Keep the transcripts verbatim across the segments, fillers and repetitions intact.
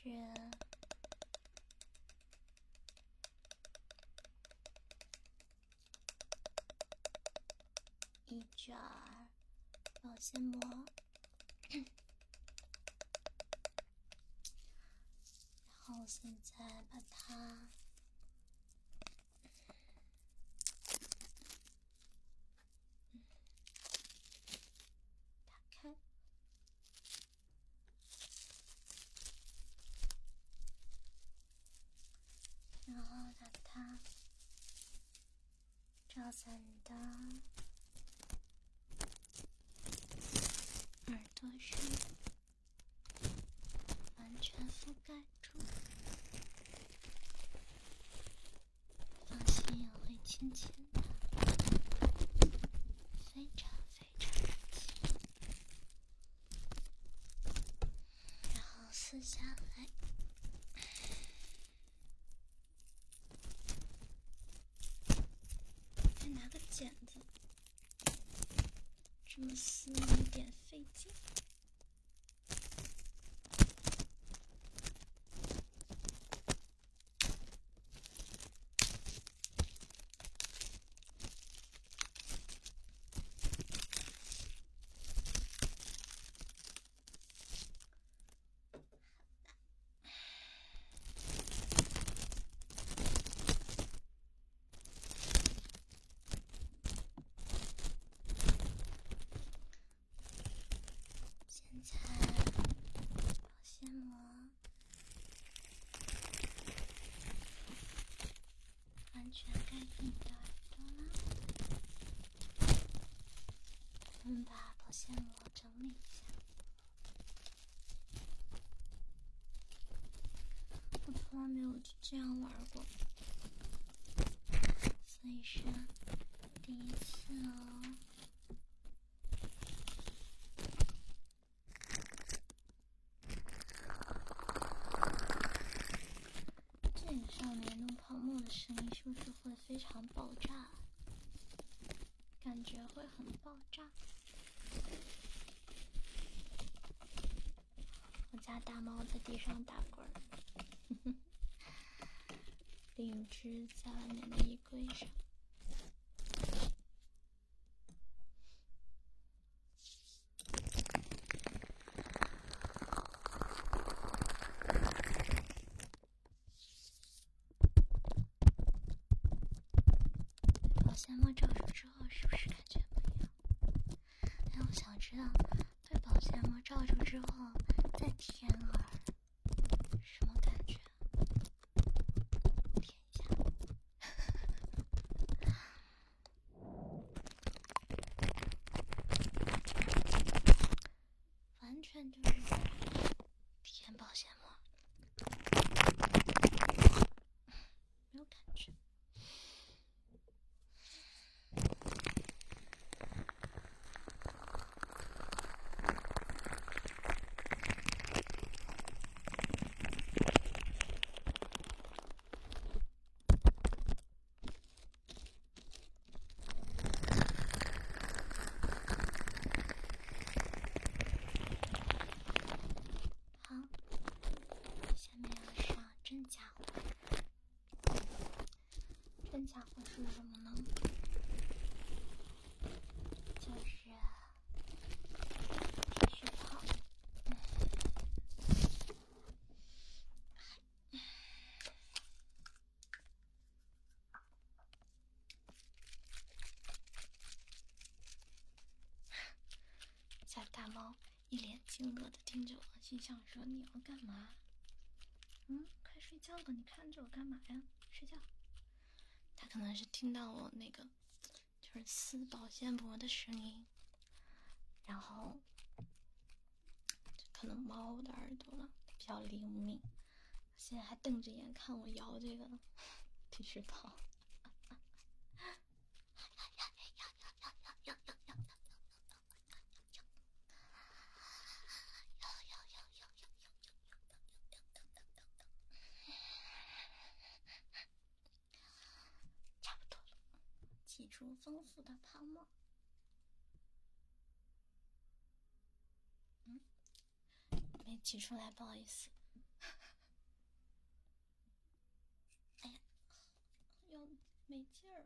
是一卷儿保鲜膜，然后现在把它打开，然后把它罩在你的耳朵上，完全覆盖住，放心，也会轻轻的，非常非常的轻，然后撕下来。再拿个剪子，这么撕有点费劲。现在保鲜膜完全盖住你的耳朵了，我们把保鲜膜整理一下。我从来没有这样玩过，所以是第一次哦。这个上面弄泡沫的声音是不是会非常爆炸？感觉会很爆炸。我家大猫在地上打滚儿，另一只在外面的衣柜上。保鲜膜罩住之后是不是感觉不一样？哎，我想知道被保鲜膜罩住之后再舔耳什么感觉？舔一下。完全就是舔保鲜膜，没有感觉。好，下面要上真家伙。真家伙是什么呢？就是剃须泡。嗯小大猫一脸惊愕的盯着我，心想说：“你要干嘛？嗯，快睡觉了，你看着我干嘛呀？睡觉。”他可能是听到我那个就是撕保鲜膜的声音，然后可能猫的耳朵比较灵敏，现在还瞪着眼看我摇这个剃须泡。差不多了，挤出丰富的泡沫。嗯，没挤出来，不好意思。 没劲儿。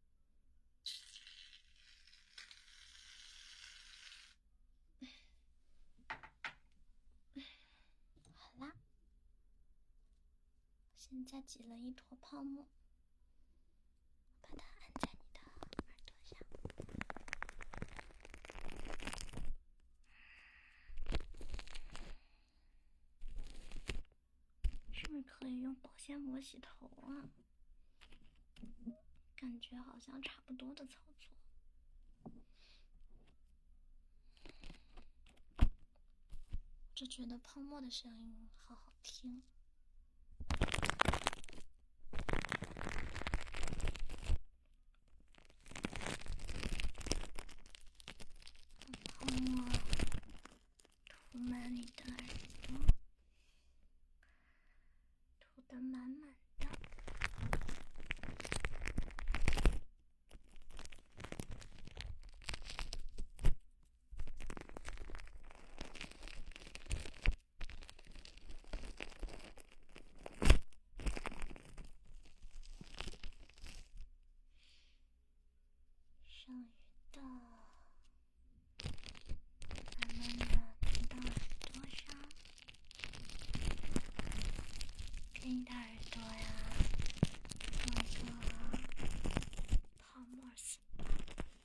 好啦，现在挤了一坨泡沫，把它按在你的耳朵上。是不是可以用保鲜膜洗头啊？感觉好像差不多的操作。就觉得泡沫的声音好好听。泡沫涂满你的耳朵，涂得满满的。剩余的慢慢的涂到耳朵上，给你的耳朵呀做一个泡沫S P A。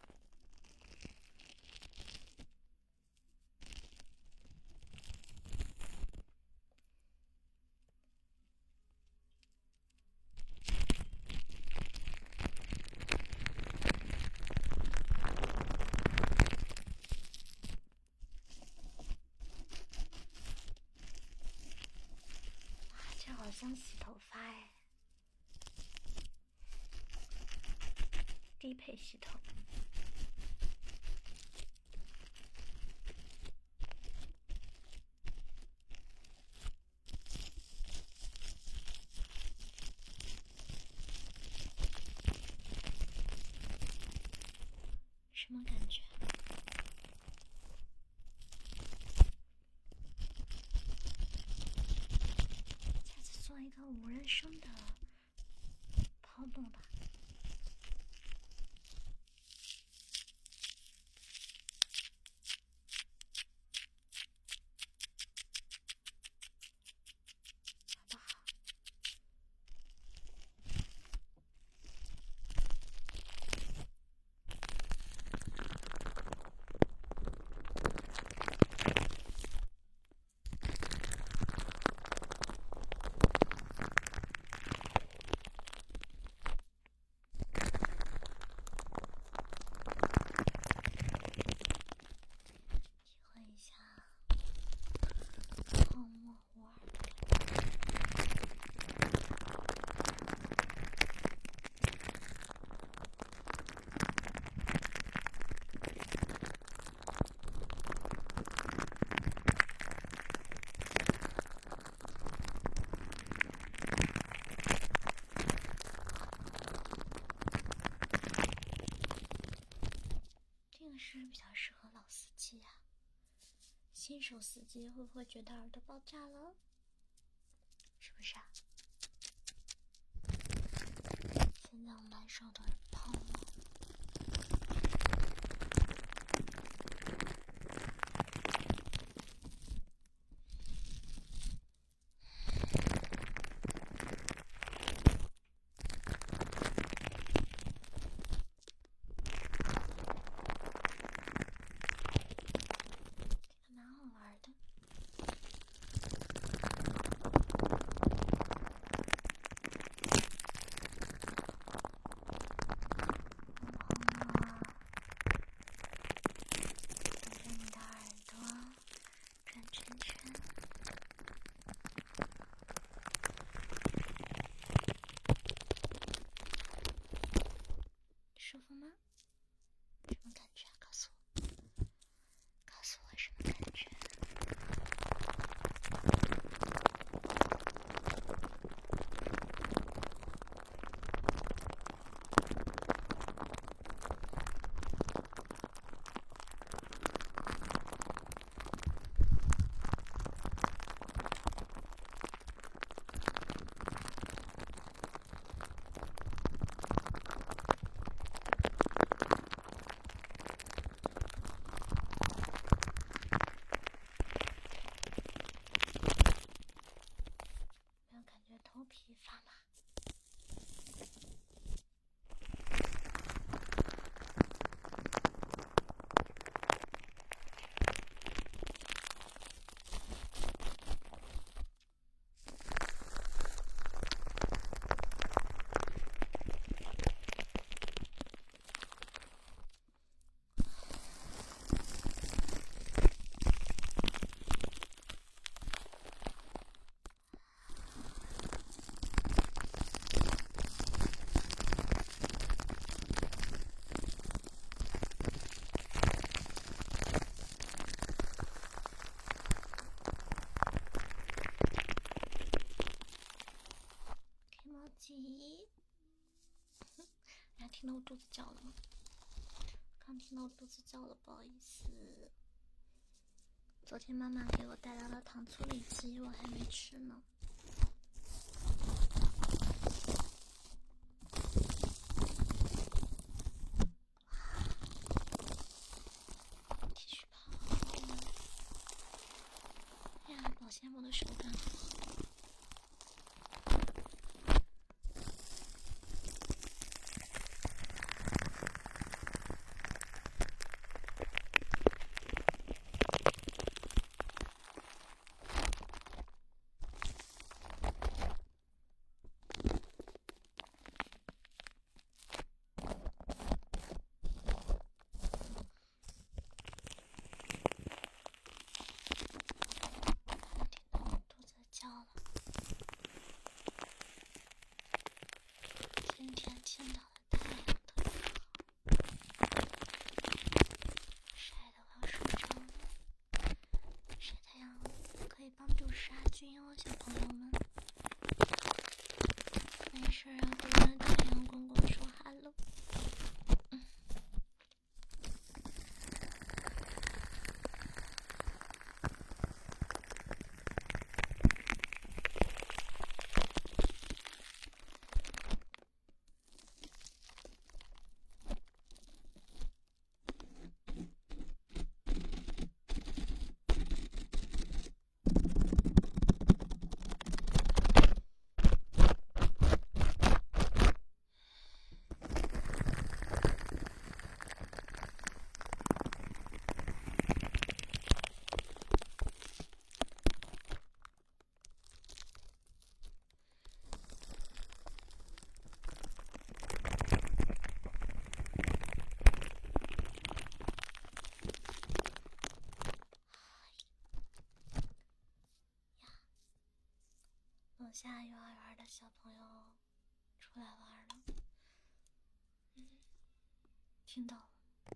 好像洗头发哎，低配洗头。什么感觉？下次做一个无人声的泡沫吧。好不好？体会一下泡沫糊耳朵。这个是比较适合老司机呀、啊，新手司机会不会觉得耳朵爆炸了？是不是啊？现在我满手都是泡沫。蛮好玩的。 听到我肚子叫了吗？刚听到我肚子叫了，不好意思。昨天妈妈给我带来了糖醋里脊，我还没吃呢。继续跑。哎呀，保鲜膜的手感好好。今天见到的太阳特别好，晒得我要睡着了。晒太阳可以帮助杀菌哦，小朋友们。没事啊，和我的太阳公公说哈喽。嗯。楼下幼儿园的小朋友出来玩了，嗯，听到了。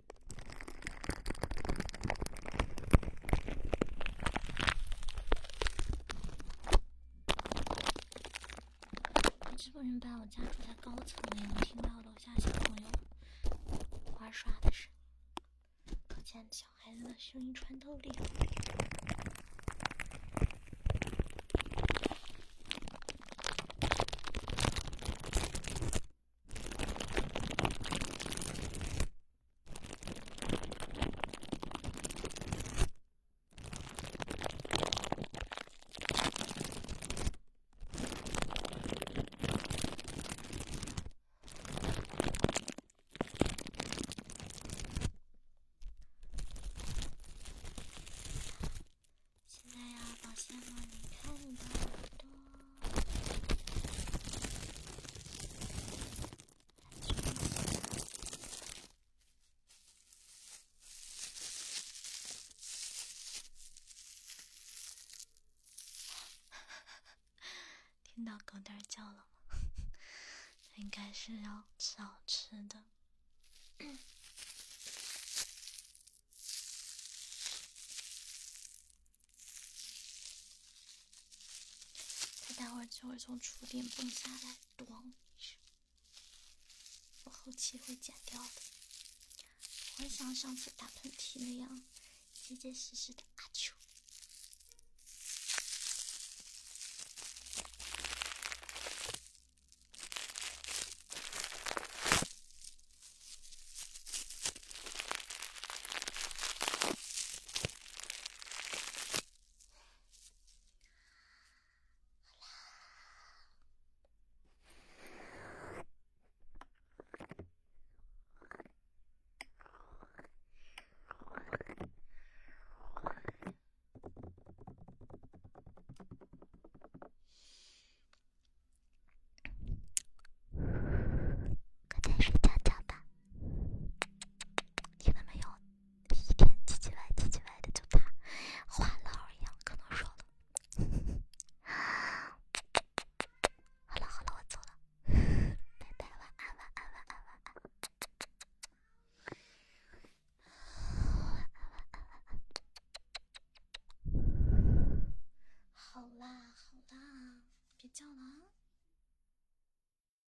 我知不明白，我家住在高层，也能听到楼下小朋友玩耍的声音，可见小孩子的声音穿透力。现在呀，宝仙们，你看你的耳朵，听到狗蛋叫了吗？它应该是要吃好吃的。它待会儿就会从厨电蹦下来，咚一声。我后期会剪掉的。我会像上次打喷嚏那样结结实实的阿秋。